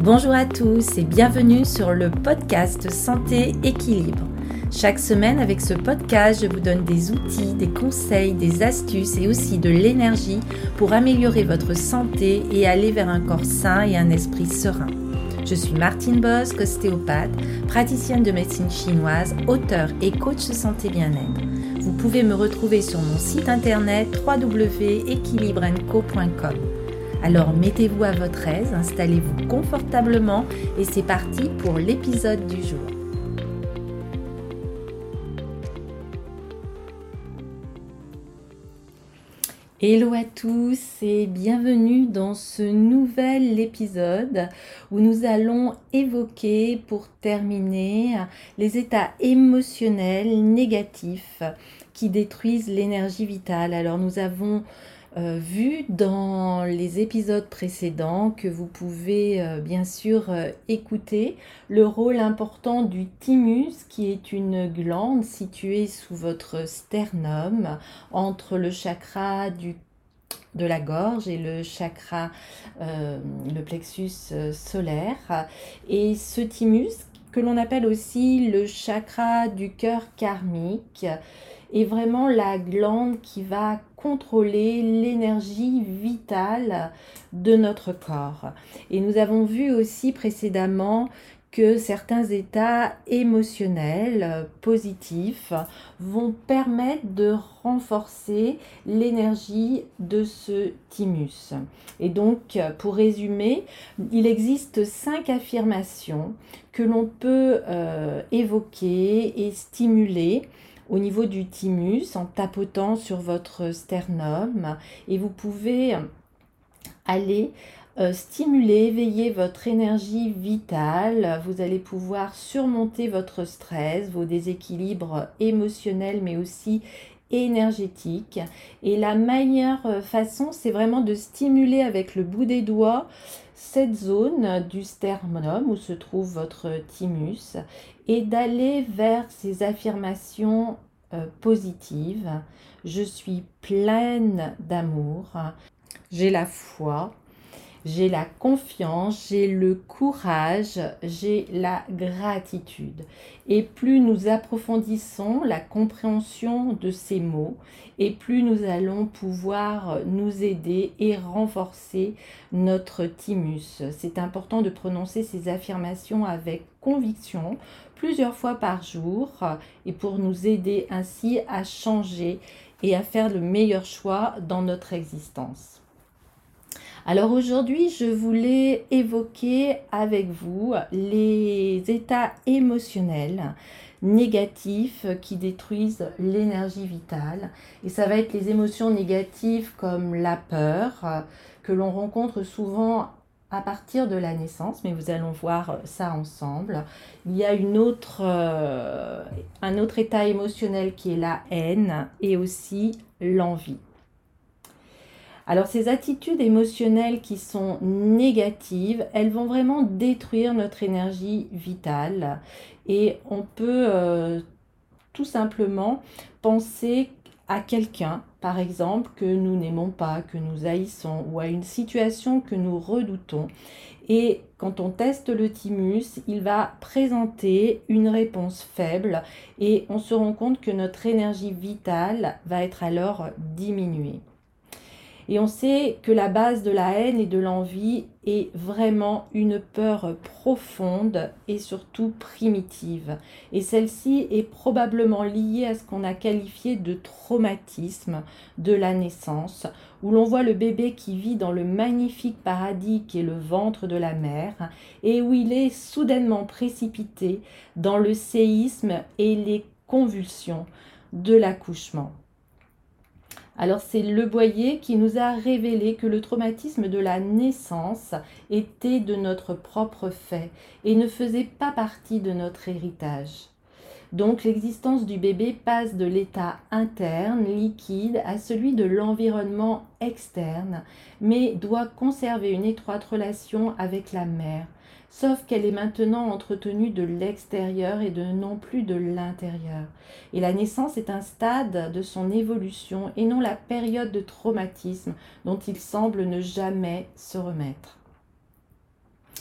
Bonjour à tous et bienvenue sur le podcast Santé Équilibre. Chaque semaine avec ce podcast, je vous donne des outils, des conseils, des astuces et aussi de l'énergie pour améliorer votre santé et aller vers un corps sain et un esprit serein. Je suis Martine Bosc, ostéopathe, praticienne de médecine chinoise, auteure et coach santé bien-être. Vous pouvez me retrouver sur mon site internet www.equilibrenco.com. Alors mettez-vous à votre aise, installez-vous confortablement et c'est parti pour l'épisode du jour. Hello à tous et bienvenue dans ce nouvel épisode où nous allons évoquer pour terminer les états émotionnels négatifs qui détruisent l'énergie vitale. Alors nous avons vu dans les épisodes précédents que vous pouvez bien sûr écouter le rôle important du thymus qui est une glande située sous votre sternum entre le chakra de la gorge et le chakra, le plexus solaire. Et ce thymus, que l'on appelle aussi le chakra du cœur karmique, est vraiment la glande qui va contrôler l'énergie vitale de notre corps. Et nous avons vu aussi précédemment que certains états émotionnels positifs vont permettre de renforcer l'énergie de ce thymus. Et donc, pour résumer, il existe 5 affirmations que l'on peut évoquer et stimuler au niveau du thymus en tapotant sur votre sternum, et vous pouvez aller stimuler, éveiller votre énergie vitale. Vous allez pouvoir surmonter votre stress, vos déséquilibres émotionnels mais aussi énergétiques. Et la meilleure façon, c'est vraiment de stimuler avec le bout des doigts cette zone du sternum où se trouve votre thymus et d'aller vers ces affirmations positives. Je suis pleine d'amour, j'ai la foi, j'ai la confiance, j'ai le courage, j'ai la gratitude. Et plus nous approfondissons la compréhension de ces mots, et plus nous allons pouvoir nous aider et renforcer notre thymus. C'est important de prononcer ces affirmations avec conviction plusieurs fois par jour et pour nous aider ainsi à changer et à faire le meilleur choix dans notre existence. Alors aujourd'hui, je voulais évoquer avec vous les états émotionnels négatifs qui détruisent l'énergie vitale. Et ça va être les émotions négatives comme la peur, que l'on rencontre souvent à partir de la naissance, mais vous allons voir ça ensemble. Il y a un autre état émotionnel qui est la haine et aussi l'envie. Alors ces attitudes émotionnelles qui sont négatives, elles vont vraiment détruire notre énergie vitale et on peut tout simplement penser à quelqu'un, par exemple, que nous n'aimons pas, que nous haïssons ou à une situation que nous redoutons. Et quand on teste le thymus, il va présenter une réponse faible et on se rend compte que notre énergie vitale va être alors diminuée. Et on sait que la base de la haine et de l'envie est vraiment une peur profonde et surtout primitive. Et celle-ci est probablement liée à ce qu'on a qualifié de traumatisme de la naissance, où l'on voit le bébé qui vit dans le magnifique paradis qui est le ventre de la mère, et où il est soudainement précipité dans le séisme et les convulsions de l'accouchement. Alors c'est Le Boyer qui nous a révélé que le traumatisme de la naissance était de notre propre fait et ne faisait pas partie de notre héritage. Donc l'existence du bébé passe de l'état interne, liquide, à celui de l'environnement externe, mais doit conserver une étroite relation avec la mère, sauf qu'elle est maintenant entretenue de l'extérieur et de non plus de l'intérieur. Et la naissance est un stade de son évolution et non la période de traumatisme dont il semble ne jamais se remettre.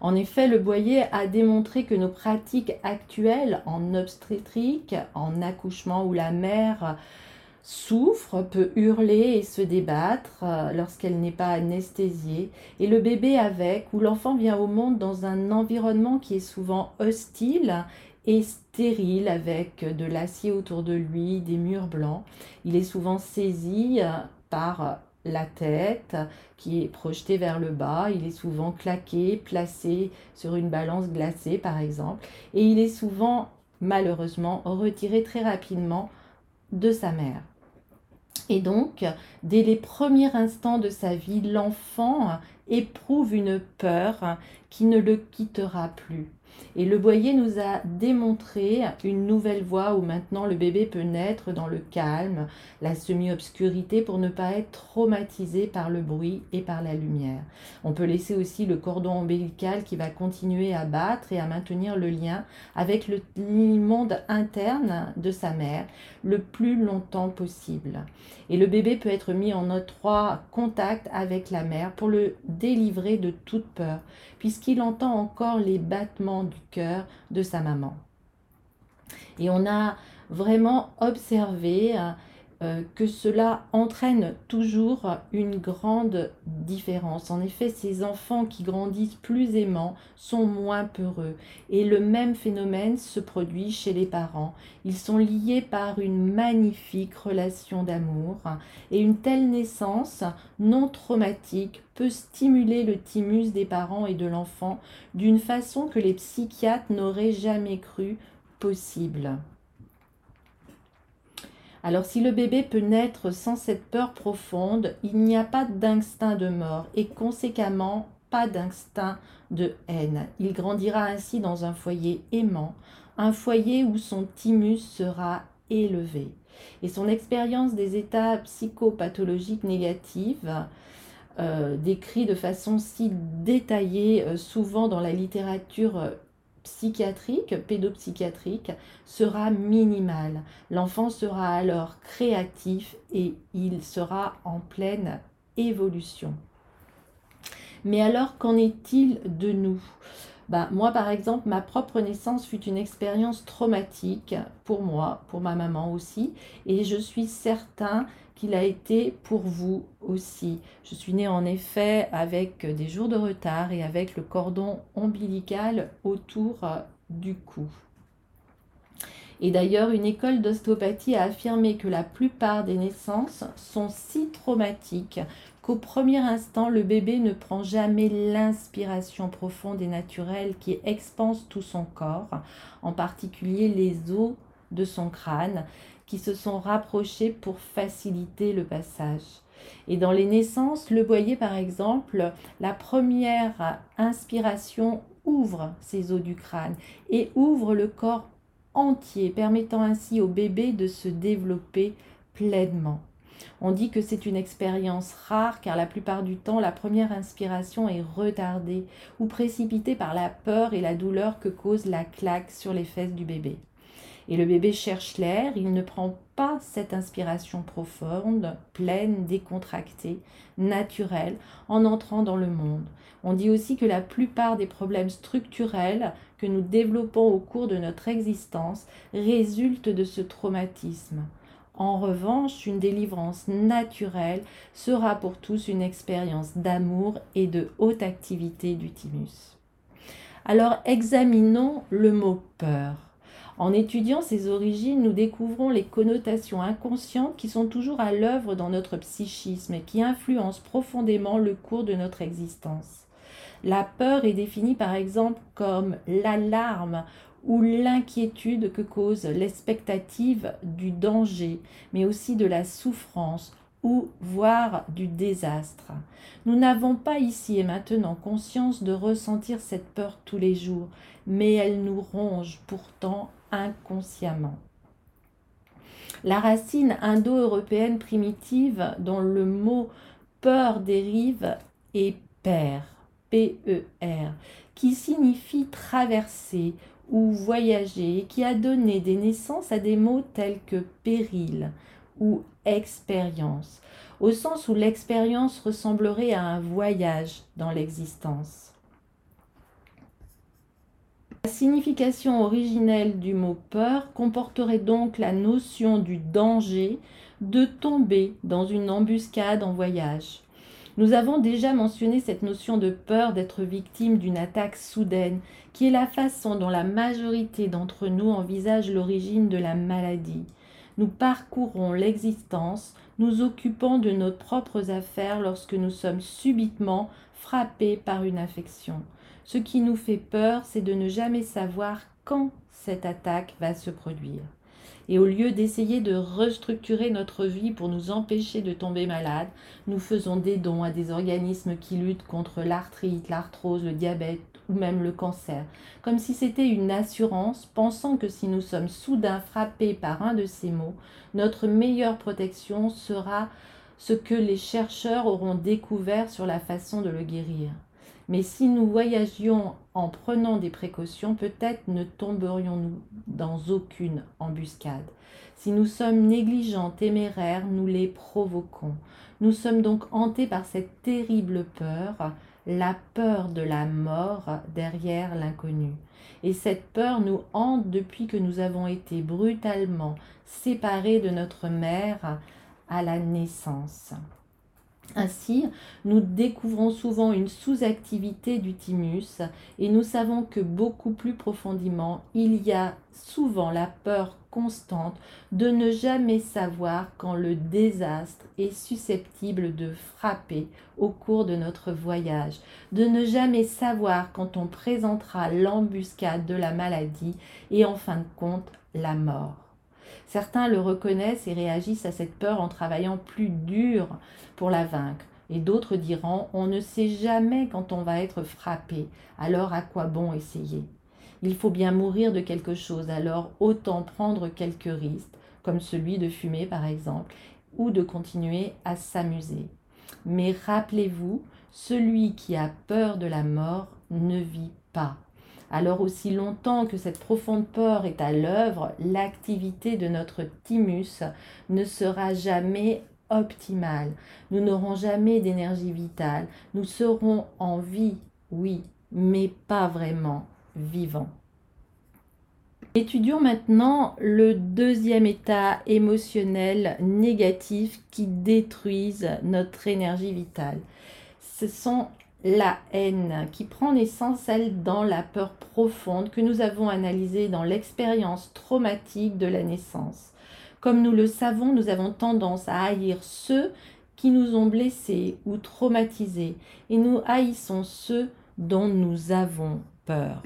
En effet, Le Boyer a démontré que nos pratiques actuelles en obstétrique, en accouchement où la mère souffre, peut hurler et se débattre lorsqu'elle n'est pas anesthésiée, et le bébé avec, où l'enfant vient au monde dans un environnement qui est souvent hostile et stérile, avec de l'acier autour de lui, des murs blancs. Il est souvent saisi par la tête qui est projetée vers le bas, il est souvent claqué, placé sur une balance glacée par exemple, et il est souvent malheureusement retiré très rapidement de sa mère. Et donc, dès les premiers instants de sa vie, l'enfant éprouve une peur qui ne le quittera plus. Et Le Boyer nous a démontré une nouvelle voie où maintenant le bébé peut naître dans le calme, la semi-obscurité pour ne pas être traumatisé par le bruit et par la lumière. On peut laisser aussi le cordon ombilical qui va continuer à battre et à maintenir le lien avec le monde interne de sa mère le plus longtemps possible. Et le bébé peut être mis en étroit contact avec la mère pour le délivrer de toute peur, puisqu'il entend encore les battements du cœur de sa maman. Et on a vraiment observé que cela entraîne toujours une grande différence. En effet, ces enfants qui grandissent plus aimants sont moins peureux. Et le même phénomène se produit chez les parents. Ils sont liés par une magnifique relation d'amour. Et une telle naissance non traumatique peut stimuler le thymus des parents et de l'enfant d'une façon que les psychiatres n'auraient jamais cru possible. Alors si le bébé peut naître sans cette peur profonde, il n'y a pas d'instinct de mort et conséquemment pas d'instinct de haine. Il grandira ainsi dans un foyer aimant, un foyer où son thymus sera élevé. Et son expérience des états psychopathologiques négatifs, décrits de façon si détaillée souvent dans la littérature psychiatrique, pédopsychiatrique, sera minimale. L'enfant sera alors créatif et il sera en pleine évolution. Mais alors, qu'en est-il de nous ? Moi, par exemple, ma propre naissance fut une expérience traumatique pour moi, pour ma maman aussi, et je suis certain qu'il a été pour vous aussi. Je suis née en effet avec des jours de retard et avec le cordon ombilical autour du cou. Et d'ailleurs, une école d'ostéopathie a affirmé que la plupart des naissances sont si traumatiques qu'au premier instant, le bébé ne prend jamais l'inspiration profonde et naturelle qui expanse tout son corps, en particulier les os de son crâne, qui se sont rapprochés pour faciliter le passage. Et dans les naissances, Le Boyer, par exemple, la première inspiration ouvre ces os du crâne et ouvre le corps entier, permettant ainsi au bébé de se développer pleinement. On dit que c'est une expérience rare car la plupart du temps, la première inspiration est retardée ou précipitée par la peur et la douleur que cause la claque sur les fesses du bébé. Et le bébé cherche l'air, il ne prend pas cette inspiration profonde, pleine, décontractée, naturelle, en entrant dans le monde. On dit aussi que la plupart des problèmes structurels que nous développons au cours de notre existence résultent de ce traumatisme. En revanche, une délivrance naturelle sera pour tous une expérience d'amour et de haute activité du thymus. Alors, examinons le mot peur. En étudiant ses origines, nous découvrons les connotations inconscientes qui sont toujours à l'œuvre dans notre psychisme et qui influencent profondément le cours de notre existence. La peur est définie par exemple comme l'alarme ou l'inquiétude que cause l'expectative du danger, mais aussi de la souffrance ou voire du désastre. Nous n'avons pas ici et maintenant conscience de ressentir cette peur tous les jours, mais elle nous ronge pourtant inconsciemment. La racine indo-européenne primitive dont le mot peur dérive est per, P-E-R, qui signifie traverser ou voyager, qui a donné des naissances à des mots tels que péril ou expérience, au sens où l'expérience ressemblerait à un voyage dans l'existence. La signification originelle du mot peur comporterait donc la notion du danger de tomber dans une embuscade en voyage. Nous avons déjà mentionné cette notion de peur d'être victime d'une attaque soudaine, qui est la façon dont la majorité d'entre nous envisage l'origine de la maladie. Nous parcourons l'existence, nous occupant de nos propres affaires lorsque nous sommes subitement frappés par une infection. Ce qui nous fait peur, c'est de ne jamais savoir quand cette attaque va se produire. Et au lieu d'essayer de restructurer notre vie pour nous empêcher de tomber malade, nous faisons des dons à des organismes qui luttent contre l'arthrite, l'arthrose, le diabète ou même le cancer, comme si c'était une assurance, pensant que si nous sommes soudain frappés par un de ces maux, notre meilleure protection sera ce que les chercheurs auront découvert sur la façon de le guérir. Mais si nous voyagions en prenant des précautions, peut-être ne tomberions-nous dans aucune embuscade. Si nous sommes négligents, téméraires, nous les provoquons. Nous sommes donc hantés par cette terrible peur, la peur de la mort derrière l'inconnu. Et cette peur nous hante depuis que nous avons été brutalement séparés de notre mère à la naissance. Ainsi, nous découvrons souvent une sous-activité du thymus et nous savons que beaucoup plus profondément, il y a souvent la peur constante de ne jamais savoir quand le désastre est susceptible de frapper au cours de notre voyage, de ne jamais savoir quand on présentera l'embuscade de la maladie et en fin de compte la mort. Certains le reconnaissent et réagissent à cette peur en travaillant plus dur pour la vaincre. Et d'autres diront, on ne sait jamais quand on va être frappé, alors à quoi bon essayer? Il faut bien mourir de quelque chose, alors autant prendre quelques risques, comme celui de fumer par exemple, ou de continuer à s'amuser. Mais rappelez-vous, celui qui a peur de la mort ne vit pas. Alors aussi longtemps que cette profonde peur est à l'œuvre, l'activité de notre thymus ne sera jamais optimale. Nous n'aurons jamais d'énergie vitale. Nous serons en vie, oui, mais pas vraiment vivants. Étudions maintenant le deuxième état émotionnel négatif qui détruise notre énergie vitale. Ce sont la haine qui prend naissance, elle, dans la peur profonde que nous avons analysée dans l'expérience traumatique de la naissance. Comme nous le savons, nous avons tendance à haïr ceux qui nous ont blessés ou traumatisés et nous haïssons ceux dont nous avons peur.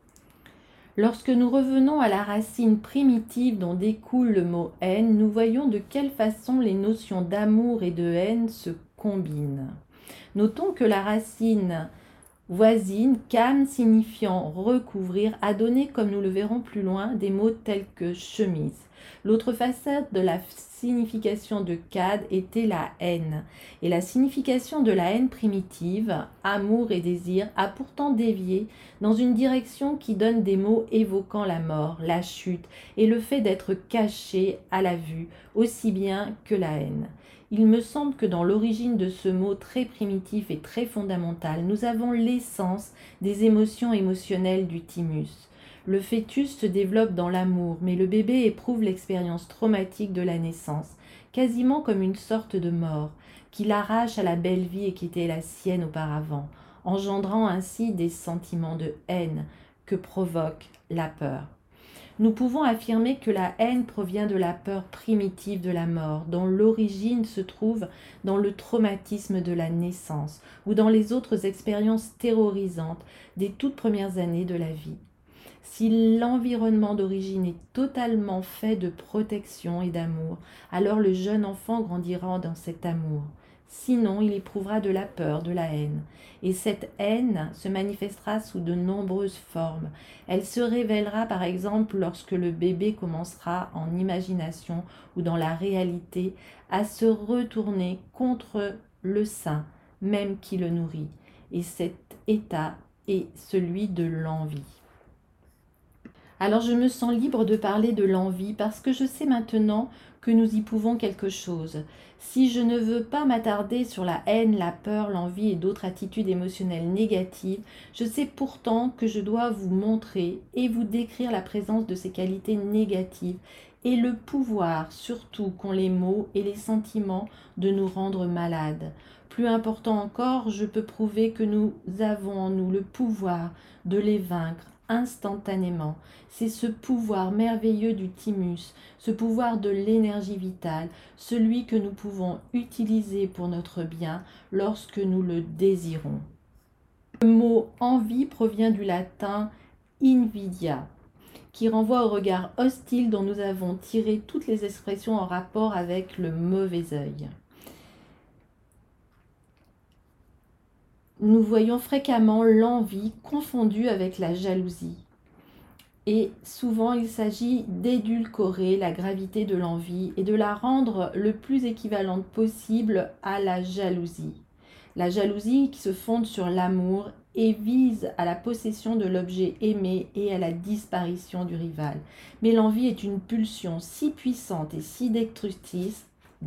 Lorsque nous revenons à la racine primitive dont découle le mot haine, nous voyons de quelle façon les notions d'amour et de haine se combinent. Notons que la racine voisine, kam signifiant recouvrir, a donné, comme nous le verrons plus loin, des mots tels que chemise. L'autre facette de la signification de kad était la haine. Et la signification de la haine primitive, amour et désir, a pourtant dévié dans une direction qui donne des mots évoquant la mort, la chute et le fait d'être caché à la vue, aussi bien que la haine. Il me semble que dans l'origine de ce mot très primitif et très fondamental, nous avons l'essence des émotions émotionnelles du thymus. Le fœtus se développe dans l'amour, mais le bébé éprouve l'expérience traumatique de la naissance, quasiment comme une sorte de mort, qui l'arrache à la belle vie et qui était la sienne auparavant, engendrant ainsi des sentiments de haine que provoque la peur. Nous pouvons affirmer que la haine provient de la peur primitive de la mort, dont l'origine se trouve dans le traumatisme de la naissance ou dans les autres expériences terrorisantes des toutes premières années de la vie. Si l'environnement d'origine est totalement fait de protection et d'amour, alors le jeune enfant grandira dans cet amour. Sinon, il éprouvera de la peur, de la haine. Et cette haine se manifestera sous de nombreuses formes. Elle se révélera par exemple lorsque le bébé commencera en imagination ou dans la réalité à se retourner contre le sein, même qui le nourrit. Et cet état est celui de l'envie. Alors je me sens libre de parler de l'envie parce que je sais maintenant que nous y pouvons quelque chose. Si je ne veux pas m'attarder sur la haine, la peur, l'envie et d'autres attitudes émotionnelles négatives, je sais pourtant que je dois vous montrer et vous décrire la présence de ces qualités négatives et le pouvoir, surtout qu'ont les mots et les sentiments, de nous rendre malades. Plus important encore, je peux prouver que nous avons en nous le pouvoir de les vaincre instantanément. C'est ce pouvoir merveilleux du thymus, ce pouvoir de l'énergie vitale, celui que nous pouvons utiliser pour notre bien lorsque nous le désirons. Le mot envie provient du latin invidia, qui renvoie au regard hostile dont nous avons tiré toutes les expressions en rapport avec le mauvais œil. Nous voyons fréquemment l'envie confondue avec la jalousie. Et souvent, il s'agit d'édulcorer la gravité de l'envie et de la rendre le plus équivalente possible à la jalousie. La jalousie qui se fonde sur l'amour et vise à la possession de l'objet aimé et à la disparition du rival. Mais l'envie est une pulsion si puissante et si destructrice,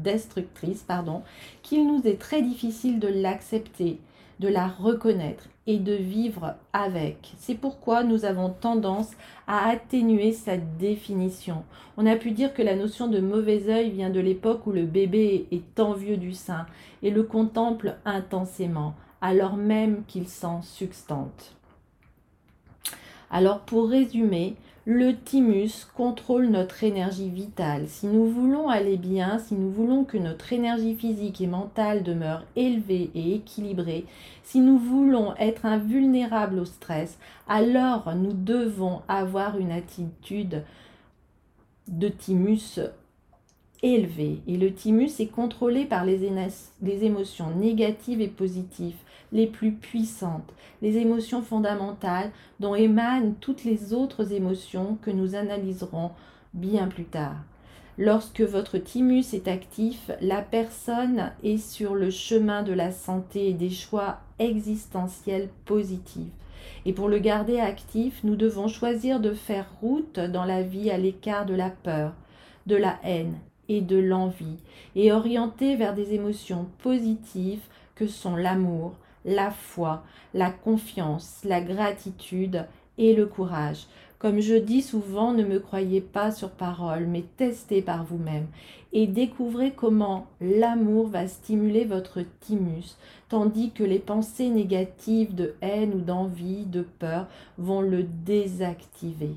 qu'il nous est très difficile de l'accepter, de la reconnaître et de vivre avec. C'est pourquoi nous avons tendance à atténuer sa définition. On a pu dire que la notion de mauvais œil vient de l'époque où le bébé est envieux du sein et le contemple intensément, alors même qu'il s'en substante. Alors pour résumer, le thymus contrôle notre énergie vitale. Si nous voulons aller bien, si nous voulons que notre énergie physique et mentale demeure élevée et équilibrée, si nous voulons être invulnérables au stress, alors nous devons avoir une attitude de thymus élevé. Et le thymus est contrôlé par les émotions négatives et positives les plus puissantes, les émotions fondamentales dont émanent toutes les autres émotions que nous analyserons bien plus tard. Lorsque votre thymus est actif, la personne est sur le chemin de la santé et des choix existentiels positifs. Et pour le garder actif, nous devons choisir de faire route dans la vie à l'écart de la peur, de la haine et de l'envie, et orienter vers des émotions positives que sont l'amour, la foi, la confiance, la gratitude et le courage. Comme je dis souvent, ne me croyez pas sur parole, mais testez par vous-même et découvrez comment l'amour va stimuler votre thymus, tandis que les pensées négatives de haine ou d'envie, de peur vont le désactiver.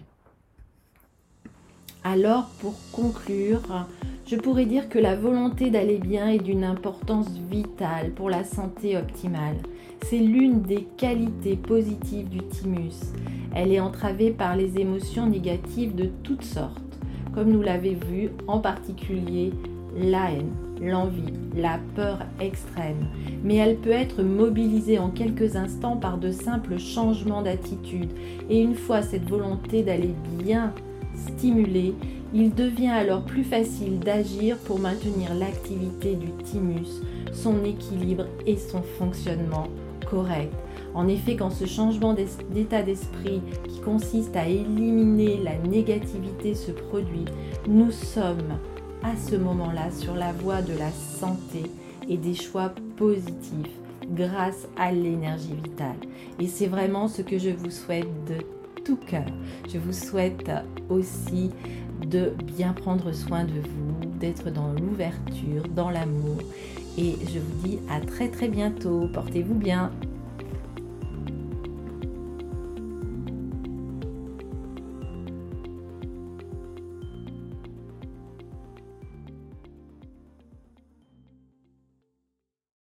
Alors, pour conclure, je pourrais dire que la volonté d'aller bien est d'une importance vitale pour la santé optimale. C'est l'une des qualités positives du thymus. Elle est entravée par les émotions négatives de toutes sortes, comme nous l'avons vu, en particulier la haine, l'envie, la peur extrême. Mais elle peut être mobilisée en quelques instants par de simples changements d'attitude. Et une fois cette volonté d'aller bien stimulée, il devient alors plus facile d'agir pour maintenir l'activité du thymus, son équilibre et son fonctionnement correct. En effet, quand ce changement d'état d'esprit qui consiste à éliminer la négativité se produit, nous sommes à ce moment-là sur la voie de la santé et des choix positifs grâce à l'énergie vitale. Et c'est vraiment ce que je vous souhaite de tout cœur. Je vous souhaite aussi de bien prendre soin de vous, d'être dans l'ouverture, dans l'amour. Et je vous dis à très très bientôt. Portez-vous bien.